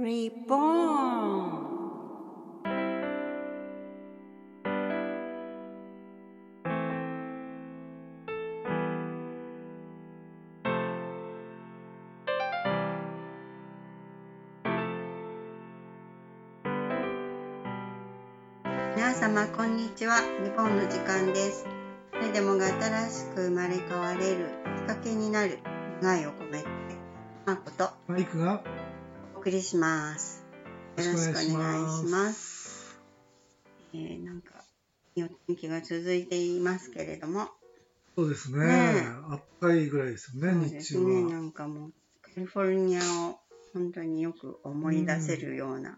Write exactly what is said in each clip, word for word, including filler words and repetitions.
Reborn。皆様こんにちは。リボンの時間です。誰でもが新しく生まれ変われるきっかけになる願いを込めてマーコとマイクがお送りします。よろしくお願いします。 ますえー、なんかいいお天気が続いていますけれども、 そうですね。 ねあったかいぐらいですよね、 そうで日中すね。 は。 なんかもうカリフォルニアを本当によく思い出せるような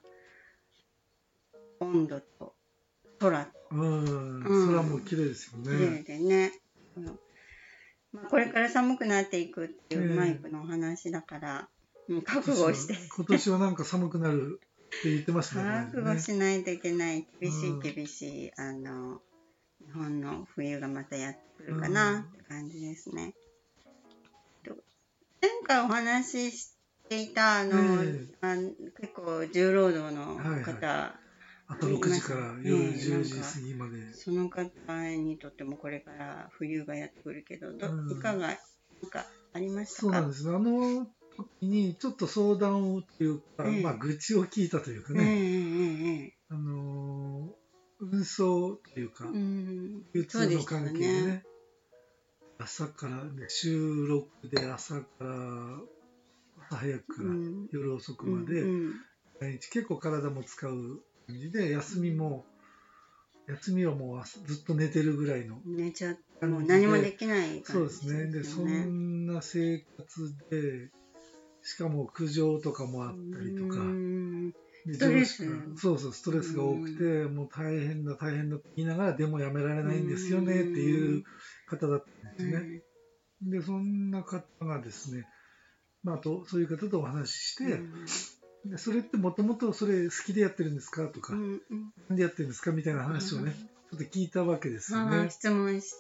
温度と空と、 うん、 うん空も綺麗ですよ綺麗ね。 でね。うんまあ、これから寒くなっていくっていうええマイクのお話だから、うん今覚年は悟して今年はなんか寒くなるって言ってましたね、 覚悟この間ね。 しないといけない。厳しいうん厳しいあの日本の冬がまたやってくるかうなんって感じですね。と前回お話ししていたあの、 ええあの結構重労働のはいはい。 方、 朝ろくじから夜10 ええなんか時過ぎまで。 その方にとってもこれから冬がやってくるけど、どうんいかがなんかありましたか？ そうなんです。あの時にちょっと相談をというか、 ええまあ愚痴を聞いたというかえええね、 えええあの運送というか、 うん流そうでした通の関係でね。 ね、朝からね、週ろくで朝から朝早くからうん夜遅くうんまでうん毎日結構体も使う感じで、休みも休みはもう朝ずっと寝てるぐらいの寝ちゃってもう感じ何もでで、 きないそう感じですね。で、そですよね。 んな生活で、しかも苦情とかもあうったりとか、 んでストレス。 上司からそうそうストレスが多くて、もう大変だ大変だって言いながらでもやめられないんですよねっていう方だったんですね。でそんな方がですね、まあ、とそういう方とお話しして、でそれってもともとそれ好きでやってるんですかとか、なんでやってるんですかみたいな話をね、ちょっと聞いたわけですよね。 質問して。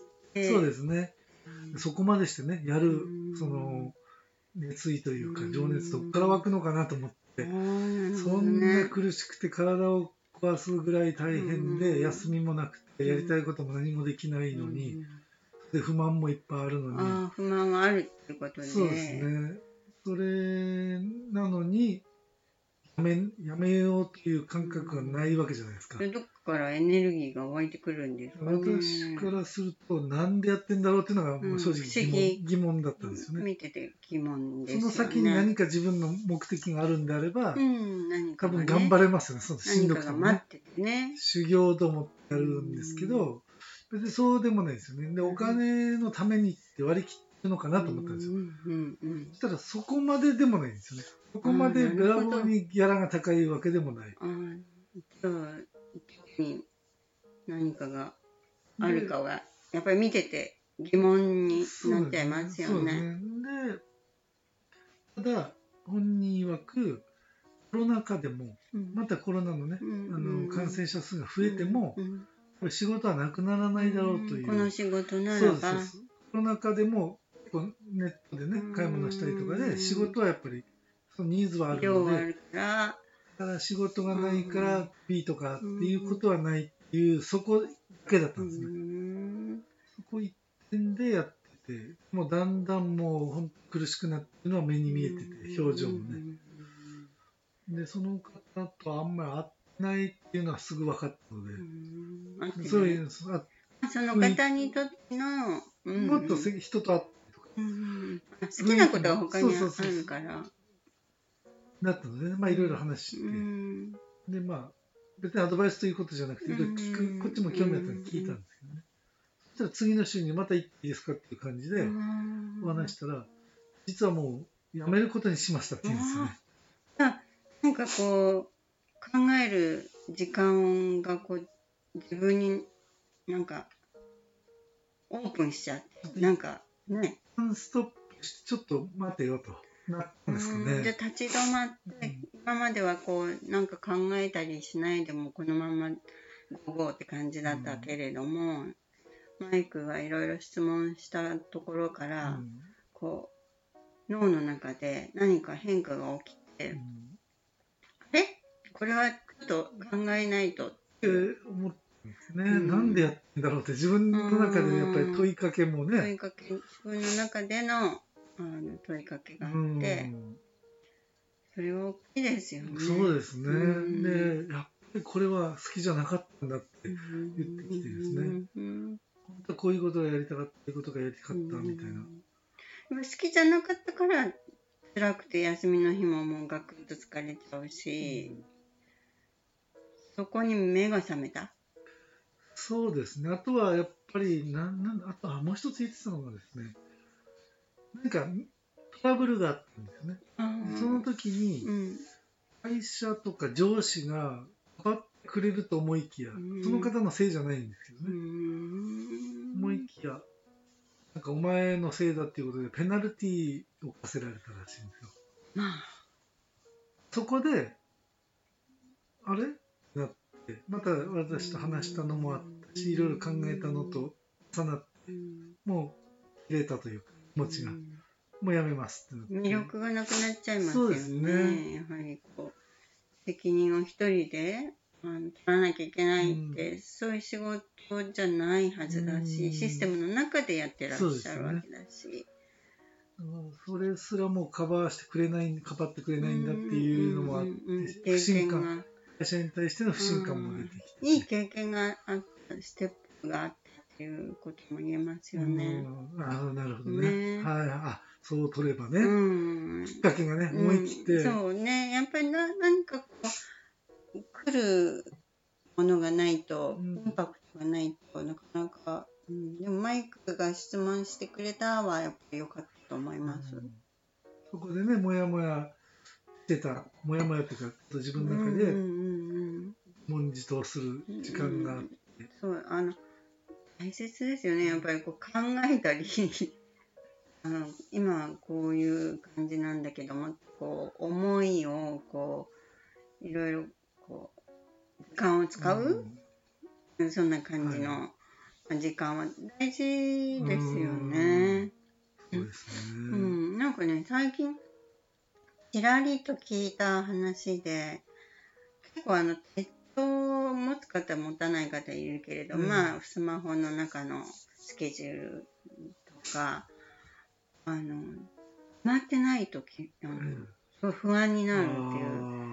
そうですね。そこまでしてね、やるその熱意というか情熱どっから湧くのかなと思って、そんな苦しくて体を壊すぐらい大変で、休みもなくてやりたいことも何もできないのに、で不満もいっぱいあるのに、 ああ不満があるっていうことで、 そうですね。それなのにやめやめようという感覚がないわけじゃないですか。 どこからエネルギーが湧いてくるんですかね。 私からするとなんでやってんだろうっていうのがもう正直疑問、うん、疑問だったんですよね。 見てて疑問ですよね。 その先に何か自分の目的があるんであれば、 うん、何か多分頑張れますよね。そのしんどくてもね。 何かが待っててね。 修行と思ってやるんですけど、別にそうでもないですよね。で、お金のためにって割り切ってるのかなと思ったんですよ。そしたらそこまででもないんですよね。そこまでべらぼうにギャラが高いわけでもない。 あじゃあ、に何かがあるかは、やっぱり見てて疑問になっちゃいますよね。そうですね。 で、ただ、本人曰く、コロナ禍でも、またコロナのね、うん、あの感染者数が増えても、うんうん、仕事はなくならないだろうという。 この仕事ならば。 そうです。コロナ禍でも、ネットでね、買い物したりとかで、仕事はやっぱり、そのニーズはあるので、 あるからただ仕事がないから、B とかっていうことはないっていう、そこだけだったんですね。そこ一点でやってて、もうだんだんもう本当苦しくなってるのは目に見えてて、表情もね。で、その方とあんまり会ってないっていうのはすぐ分かったので、そういう、 その方にとっての、 もっと人と会ってとか、 好きなことが他にあるから。 だったので、ね、まあいろいろ話して、で、まあ、別にアドバイスということじゃなくて、いろいろ聞く、こっちも興味あったので聞いたんですけどね。そしたら次の週にまた行っていいですかっていう感じでお話したら、実はもう辞めることにしましたって言うんですよね。 あ、なんかこう、考える時間がこう、自分になんか、オープンしちゃって、なんかね。 ストップして、ちょっと待てよと。なったんですかね。 じゃあ立ち止まって、うん、今まではこうなんか考えたりしないでもこのままゴーゴーって感じだったけれども、うん、マイクがいろいろ質問したところから、うん、こう脳の中で何か変化が起きて、うん、 これはちょっと考えないとって思ったんですね、うん、なんでやってんだろうって自分の中でやっぱり問いかけもね、 問いかけ、自分の中での、あの問いかけがあって、うん、それは大きいですよね。 そうですね、うん、でやっぱりこれは好きじゃなかったんだって言ってきてですね、うんうん、本当はこういうことがやりたかった、こういうことがやりたかったみたいな、 うん、好きじゃなかったから辛くて休みの日ももうガクッと疲れちゃうし、うん、そこに目が覚めた。 そうですね。あとはやっぱりななんあとはもう一つ言ってたのがですね、なんかトラブルがあったんですよね。その時に、うん、会社とか上司がかばってくれると思いきや、うん、その方のせいじゃないんですけどね。うん、思いきや、なんかお前のせいだっていうことでペナルティーを課せられたらしいんですよ。まあ、そこで、あれなって、また私と話したのもあったし、いろいろ考えたのと重なって、もう切れたというか、気持ちが。もうやめますってなって。魅力がなくなっちゃいますよね。そうですね。やはりこう、責任を一人であの取らなきゃいけないって、うん、そういう仕事じゃないはずだし、うん、システムの中でやってらっしゃるわけだし。 それすらもうカバーしてくれない、かばってくれないんだっていうのもあって、不信感、会社に対しての不信感も出てきて、 いい経験があった、ステップがあったっていうことも言えますよね。 ああ、なるほどね。ね、はい、あ、そう取ればね、うん、きっかけがね、思い切って、 うん、そうね、やっぱりな何かこう来るものがないと、インパクトがないとなかなか、うん、でもマイクが質問してくれたはやっぱり良かったと思います。うん、 そこでね、もやもやしてた、もやもやというか、自分の中で悶じとする時間があって、 うんうんうん、そう、あの大切ですよね。やっぱりこう考えたりあの今はこういう感じなんだけども、こう思いをこういろいろこう時間を使う、うん、そんな感じの時間は大事ですよね。 そうですね。 うん、なんかね、最近ちらりと聞いた話で、結構あの手帳を持つ方持たない方いるけれど、うん、まあスマホの中のスケジュールとか、あのなってないとき、あの、うん、すごい不安になるっていう、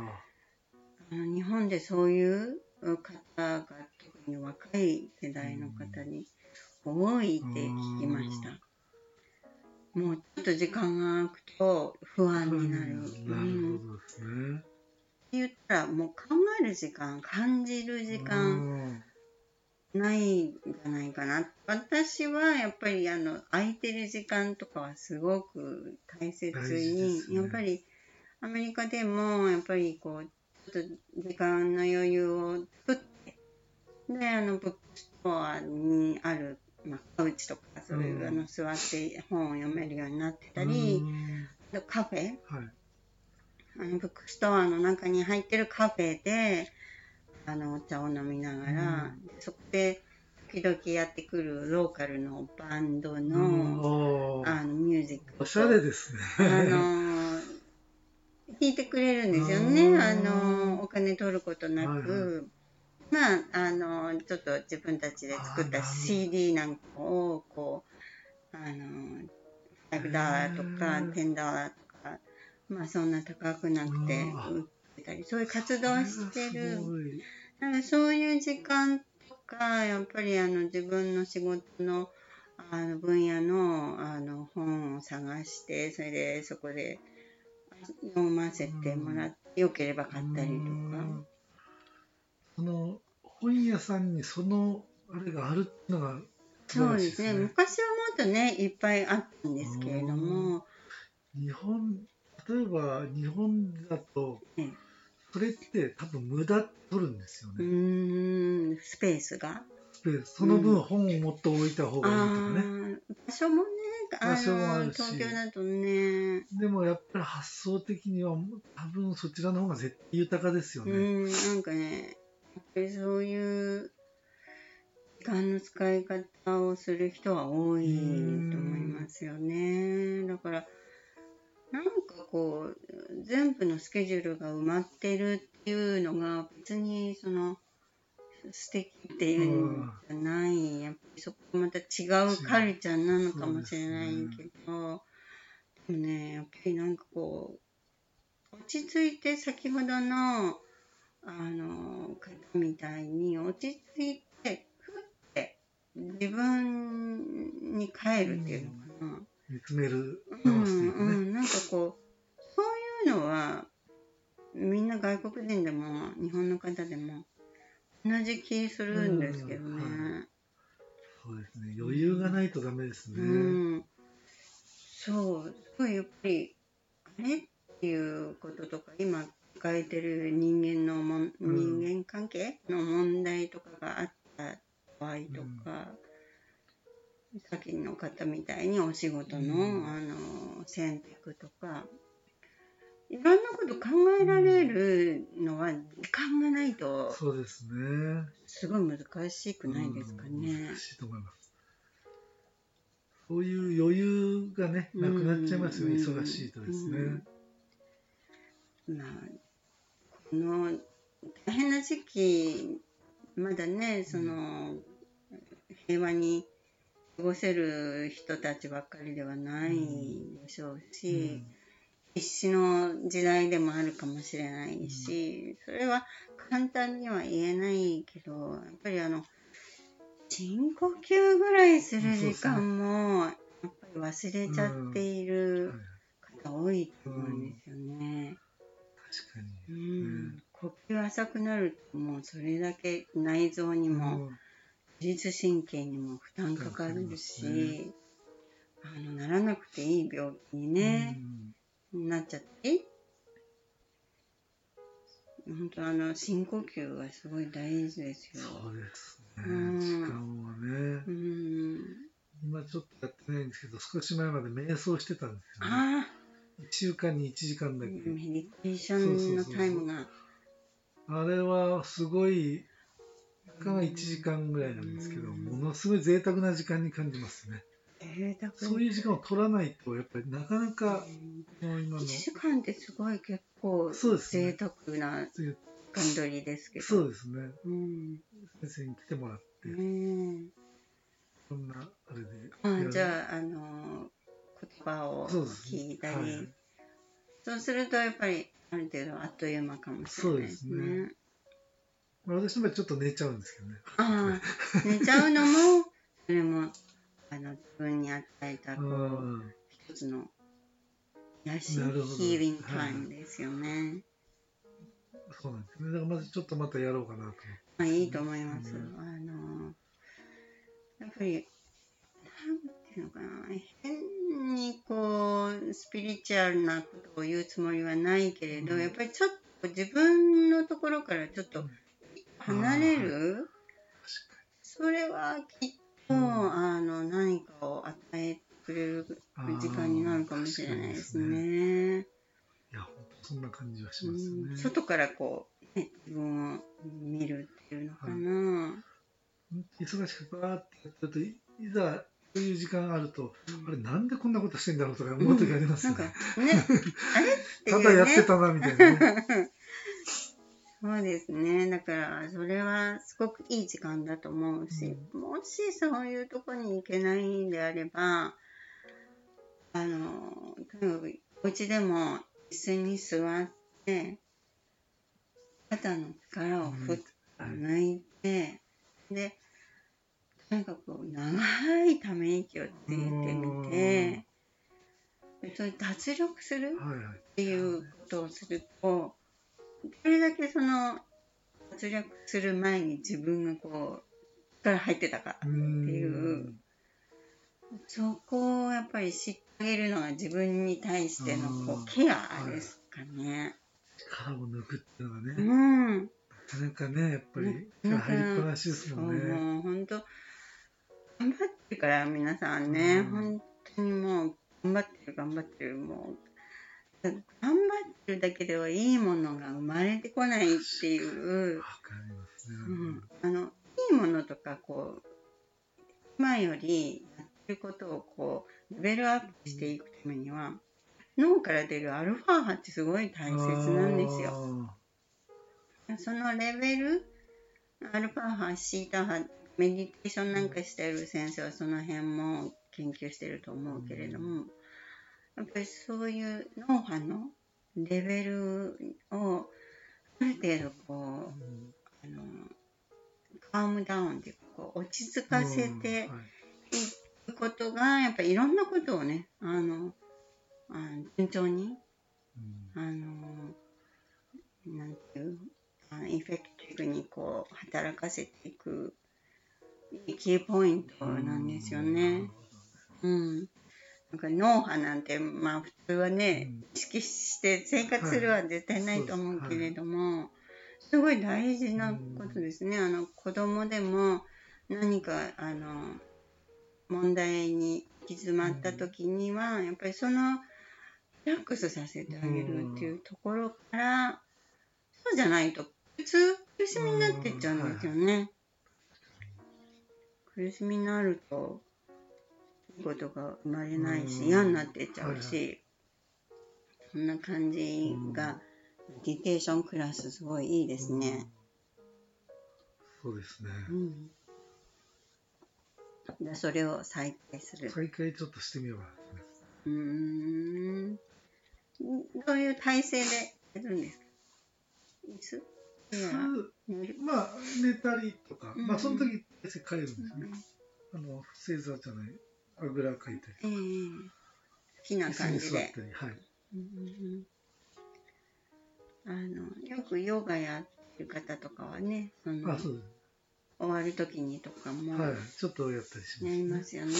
あの日本でそういう方が特に若い世代の方に多いって聞きました。もうちょっと時間が空くと不安になる。 なるほどですね。って言ったらもう考える時間、感じる時間ないんじゃないかな。私はやっぱりあの空いてる時間とかはすごく大切に、ね、やっぱりアメリカでもやっぱりこうちょっと時間の余裕を作って、であのブックストアにある、まあ、カウチとかそういう、うん、あの座って本を読めるようになってたり、カフェ、はい、あのブックストアの中に入ってるカフェであのお茶を飲みながら、うん、そこで時々やってくるローカルのバンドの、あのミュージックおしゃれですね。 あの弾いてくれるんですよね。あのお金取ることなく、はいはい、まああのちょっと自分たちで作った シーディー なんかをこうあのごダーとかじゅうダーとか、まあそんな高くなくて売ってたり、そういう活動をしてる。なんかそういう時間とか、やっぱりあの自分の仕事のあの分野のあの本を探して、それでそこで読ませてもらって、よければ買ったりとか。 その本屋さんにそのあれがあるっていうのがそうですね。昔はもっとね、いっぱいあったんですけれども。 日本、例えば日本だと、ね、それって多分無駄取るんですよね。 うーん、スペースが。 スペース。その分本をもっと置いた方がいいとかね。 場所もね、 場所もあるし。 東京だとね。 でもやっぱり発想的には多分そちらの方が絶対豊かですよね。 うん、なんかね、やっぱりそういう時間の使い方をする人は多いと思いますよね。だから、 なんかこう全部のスケジュールが埋まってるっていうのが別にその素敵っていうんじゃない、やっぱりそこまた違うカルチャーなのかもしれないけど、でもね、やっぱりなんかこう落ち着いて、先ほどのあの方みたいに落ち着いてふって自分に帰るっていうのかな、 見つめる、 うん直していくね、 うん、なんかこうそういうのはみんな外国人でも日本の方でも同じ気するんですけどね、 うんはい、そうですね、余裕がないとダメですね、 うんうん、そうすごいやっぱりあれっていうこととか、今抱えてる人間のもん、 うん、 人間関係の問題とかがあった場合とか、うん、さっきの方みたいにお仕事の、うん、あの選択とかいろんなこと考えられるのは時間がないと、うん、 そうですね、 すごい難しくないですかね、うん、 難しいと思います。そういう余裕がね、なくなっちゃいますよね、うん、忙しいとですね、 うん、まあこの大変な時期まだね、その平和に過ごせる人たちばっかりではないでしょうし、うん、必死の時代でもあるかもしれないし、それは簡単には言えないけど、やっぱりあの深呼吸ぐらいする時間もやっぱり忘れちゃっている方多いと思うんですよね。 確かに、 うん、呼吸浅くなるともうそれだけ内臓にも自律神経にも負担かかるし、ね、あのならなくていい病気に、ね、なっちゃったり、本当あの深呼吸はすごい大事ですよ。 そうですね、 うん、 時間はね、うん、今ちょっとやってないんですけど、少し前まで瞑想してたんですよね。あいっしゅうかんにいちじかんだけ。メディテーションのタイムが。 そうそうそう、あれはすごい、がいちじかんぐらいなんですけど、ものすごい贅沢な時間に感じますね。そういう時間を取らないと、やっぱりなかなか、 もう今のいちじかんってすごい結構贅沢な時間取りですけど。 そうですね。うん、先生に来てもらって、うん、そんなあれで。 あ、じゃあ、あの言葉を聞いたり、そう、はい、そうするとやっぱりある程度あっという間かもしれないですね。そうですね。 私の場合ちょっと寝ちゃうんですけどね。 ああ、寝ちゃうのも、それも、あの、自分に与えた、こう、一つの、癒し、ヒーリングタイムですよね。 そうなんですね。だからまずちょっとまたやろうかなと思って。 まあ、いいと思います。うん、あの、やっぱり、なんていうのかな、変にこう、スピリチュアルなことを言うつもりはないけれど、うん、やっぱりちょっと自分のところからちょっと離れる、うん、はい、それはきっと、うん、あの何かを与えてくれる時間になるかもしれないですね。 いや、本当そんな感じはしますね。 うん、外からこう、ね、自分を見るっていうのかな。はい、 忙しくバーってやってると、いざそういう時間あると、うん、あれなんでこんなことしてんだろうとか思う時ありますよね。うん、なんかね、あれっていうね、ただやってたなみたいなね。 そうですね。だから、それはすごくいい時間だと思うし、うん、もしそういうとこに行けないんであれば、あの、とにかくお家でも椅子に座って、肩の力をふっと抜いて、うん、で、とにかく長いため息をついてみて、それ脱力するっていうことをすると、どれだけその脱力する前に自分がこう力入ってたかっていう、そこをやっぱり知ってあげるのが自分に対してのこうケアですかね。 力を抜くっていうのがね、 うん、 なかなかね、やっぱり力入りっぱなしですもんね。 もう本当頑張ってるから皆さんね、本当にもう頑張ってる頑張ってる、もう頑張ってるだけではいいものが生まれてこないっていう、わかりますね、うん、あのいいものとかこう今よりやってることをこうレベルアップしていくためには、 脳から出るアルファ波ってすごい大切なんですよ。そのレベル、アルファ波、シータ波、メディテーションなんかしてる先生はその辺も研究してると思うけれども、やっぱりそういう脳波のレベルをある程度こう、あのカームダウンっていうかこう落ち着かせていくことがやっぱりいろんなことをね、あのあの順調に、あのなんていうあのエフェクティブにこう働かせていくキーポイントなんですよね。うん。なんか脳波なんてまあ普通はね、意識して生活するは絶対ないと思うけれども、すごい大事なことですね。あの子供でも何かあの問題に行き詰まった時にはやっぱりそのリラックスさせてあげるっていうところから、そうじゃないと普通苦しみになっていっちゃうんですよね。苦しみになるといいことが生まれないし嫌になっていっちゃうし、そんな感じがメディテーションクラスすごいいいですね。 そうですね。 うん。でそれを再開する。 再開ちょっとしてみようかな。 うーん。どういう体勢でやるんですか？椅子？ まあ寝たりとか、うん、まあその時体勢変えるんですね。うん、あの正座じゃない、あぐらかいたりとか。えー、 好きな感じで。 椅子に座ったり、はい。 うんあのよくヨガやってる方とかはね、そのあそうです、 終わる時にとかも、 はい、ちょっとやったりします、ね。 やりますよね。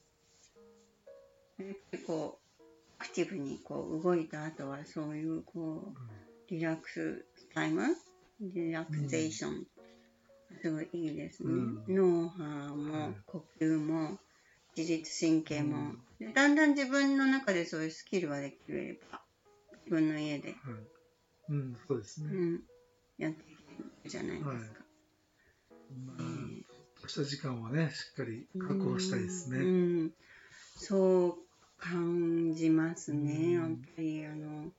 やっぱりこうアクティブにこう動いた後はそういうこうリラックスタイム、リラクゼーション、うん、すごいいいですね。うん、脳波も呼吸も自律神経も、うん、だんだん自分の中でそういうスキルができれば自分の家で。はいうん、そうですね。うん、 やっていけるじゃないですか。はい、 まあ、えー、そうした時間はね、しっかり確保したいですね。 うんうん、そう感じますね。やっぱりあの、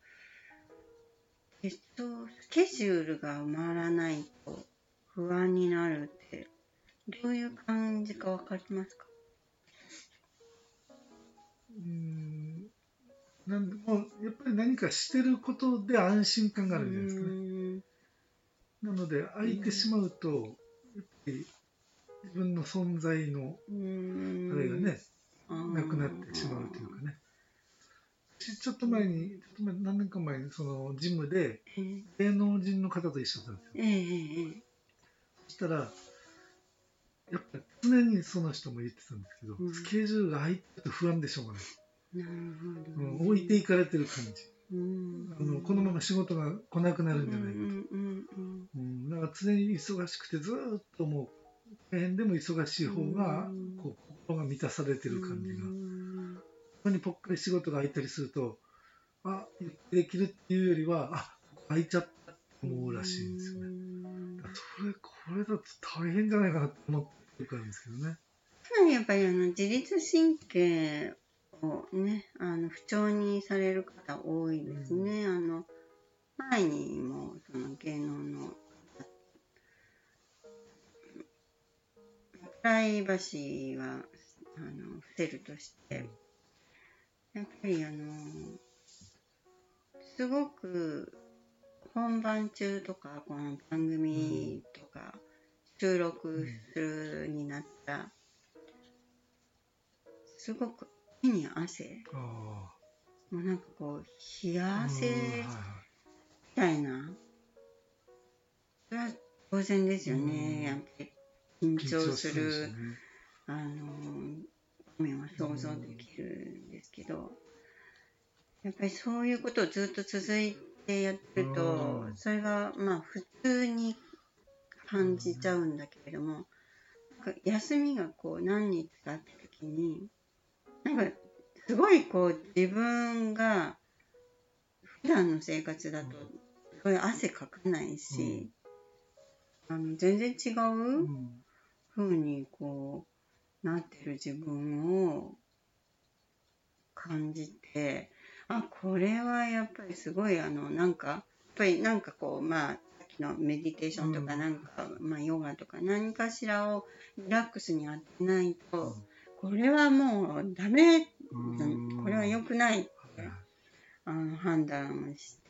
えっと、スケジュールが埋まらないと不安になるって、どういう感じかわかりますか？ うーんなんでもやっぱり何かしてることで安心感があるんじゃないですかね。なので空いてしまうと、やっぱり自分の存在のあれがね、なくなってしまうというかね。ちょっと前に、ちょっと前何年か前にそのジムで芸能人の方と一緒だったんですよ。えー、そしたらやっぱり常にその人も言ってたんですけど、うん、スケジュールが空いてると不安でしょうがない。なるほど、うん、置いていかれてる感じ。うん、あのこのまま仕事が来なくなるんじゃないかと。うんうん、だから常に忙しくてずっともう大変でも忙しい方がこう心が満たされてる感じが。ここにぽっかり仕事が空いたりすると、あ、できるっていうよりは、あ、空いちゃったって思うらしいんですよね。だそれ、これだと大変じゃないかなと思ってるからですけどね。 かなりやっぱりあの自律神経をね、あの不調にされる方多いですね。うん、あの前にもその芸能のプライバシーはあの伏せるとして、やっぱりあのすごく本番中とかこの番組とか収録するになったら、すごく手に汗、もうなんかこう冷や汗みたいな、それは当然ですよね。やっぱり緊張する、ね、あの場面は想像できるんですけど、やっぱりそういうことをずっと続いてやってると、それがまあ普通に感じちゃうんだけれども、なんか休みがこう何日かあった時に、なんかすごいこう自分が普段の生活だとすごい汗かかないし、あの全然違う風にこうなってる自分を感じて、 あ、これはやっぱりすごい、あの、なんか、やっぱりなんかこう、まあ、さっきのメディテーションとか、なんか、うん、まあ、ヨガとか、何かしらをリラックスに当てないと、これはもうダメ、これは良くないって、あの判断をして、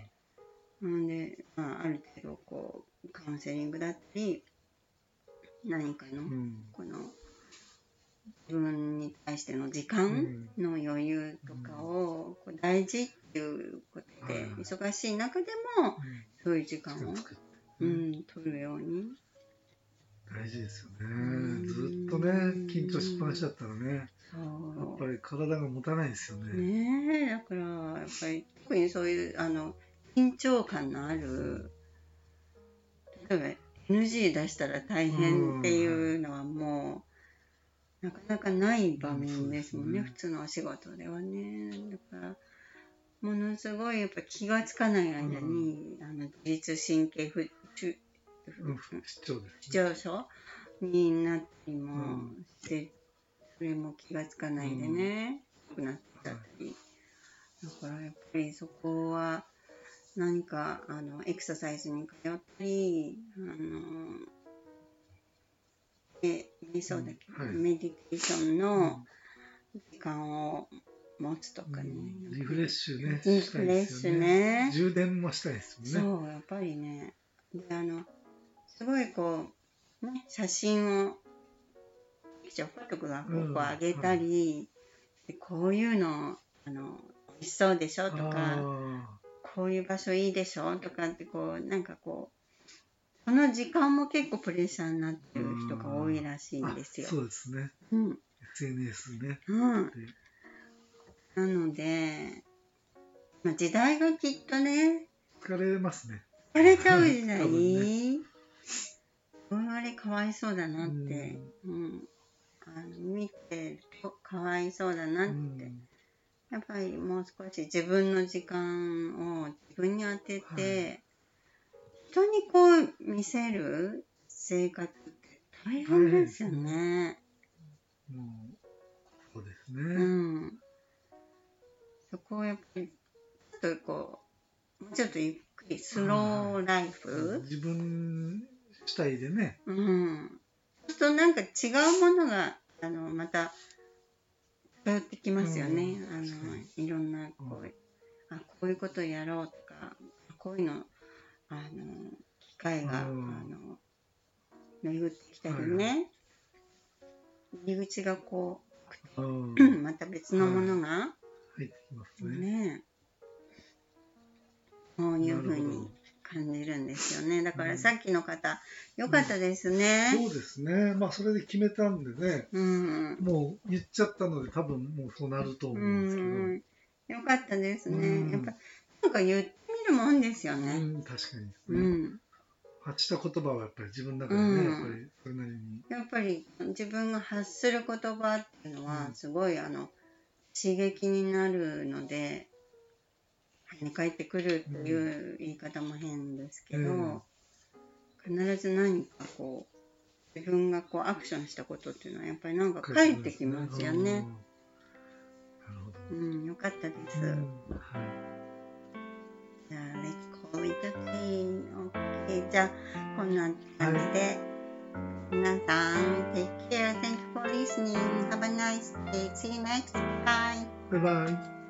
うん、で、まあ、ある程度、こう、カウンセリングだったり、何かの、うん、この、自分に対しての時間の余裕とかをこう大事っていうことで、忙しい中でもそういう時間を、うん、取るように。 大事ですよね。ずっとね、緊張しっぱなしだったらね、やっぱり体が持たないですよね。 ねえ、だからやっぱり特にそういうあの緊張感のある、例えば エヌジー 出したら大変っていうのはもう、なかなかない場面ですもんね、うん、ね、普通のお仕事ではね。だからものすごいやっぱ気がつかない間に、うん、あの自律神経不不調症になったりもして、うん、それも気がつかないでね、良、うん、くなっちゃったり、だからやっぱりそこは何かあのエクササイズに通ったり、あのえ瞑想だけど、うん、はい、メディテーションの時間を持つとかね、 うん、リフレッシュね、 リフレッシュね、 充電もしたいですよね。 そう、やっぱりね、で、あのすごいこう、ね、写真をフォトグラフをこう上げたり、うん、はい、でこういうのあの美味しそうでしょとか、こういう場所いいでしょとかってこうなんかこうその時間も結構プレッシャーになってる人が多いらしいんですよ。 そうですね。 うん、エスエヌエス ね。 うん。なので、まあ、時代がきっとね。 疲れますね。 疲れちゃう時代。ね、我々かわいそうだなって、うん、うん、あの見てるとかわいそうだなって、うん、やっぱりもう少し自分の時間を自分に当てて、はい、人にこう見せる生活って大変ですよね。 もうそうですね。 うん。そこをやっぱりちょっとこうもうちょっとゆっくりスローライフ、 はい、自分主体でね。 うん。ちょっとなんか違うものがあのまた伝わってきますよね。うん、あのいろんなこう、うん、あこういうことをやろうとか、こういうのあの機会が、うん、あの巡ってきたりね、はい、入り口がこう、うん、また別のものが、はい、 入ってきますね。 ね、こういうふうに感じるんですよね。だからさっきの方、良かったですね、 うん。そうですね。まあそれで決めたんでね、うん、もう言っちゃったので多分もうそうなると思うんですけど。うん、 よかったですね。うん、やっぱなんか言ってみるもんですよね。 うん、確かにですね。うん、発した言葉はやっぱり自分の中でね、うん、やっぱりそれなりに。 やっぱり自分が発する言葉っていうのはすごい、うん、あの刺激になるので、跳ね返ってくるっていう言い方も変ですけど、うん、必ず何かこう自分がこうアクションしたことっていうのはやっぱりなんか返ってきますよね。なるほど。うん、よかったです。うん、はい。じゃあ、Let's call it a day. OK。じゃあ、こんな感じで、はい、皆さん、Take care. Thank you for listening. Have a nice day. See you next time. Bye bye.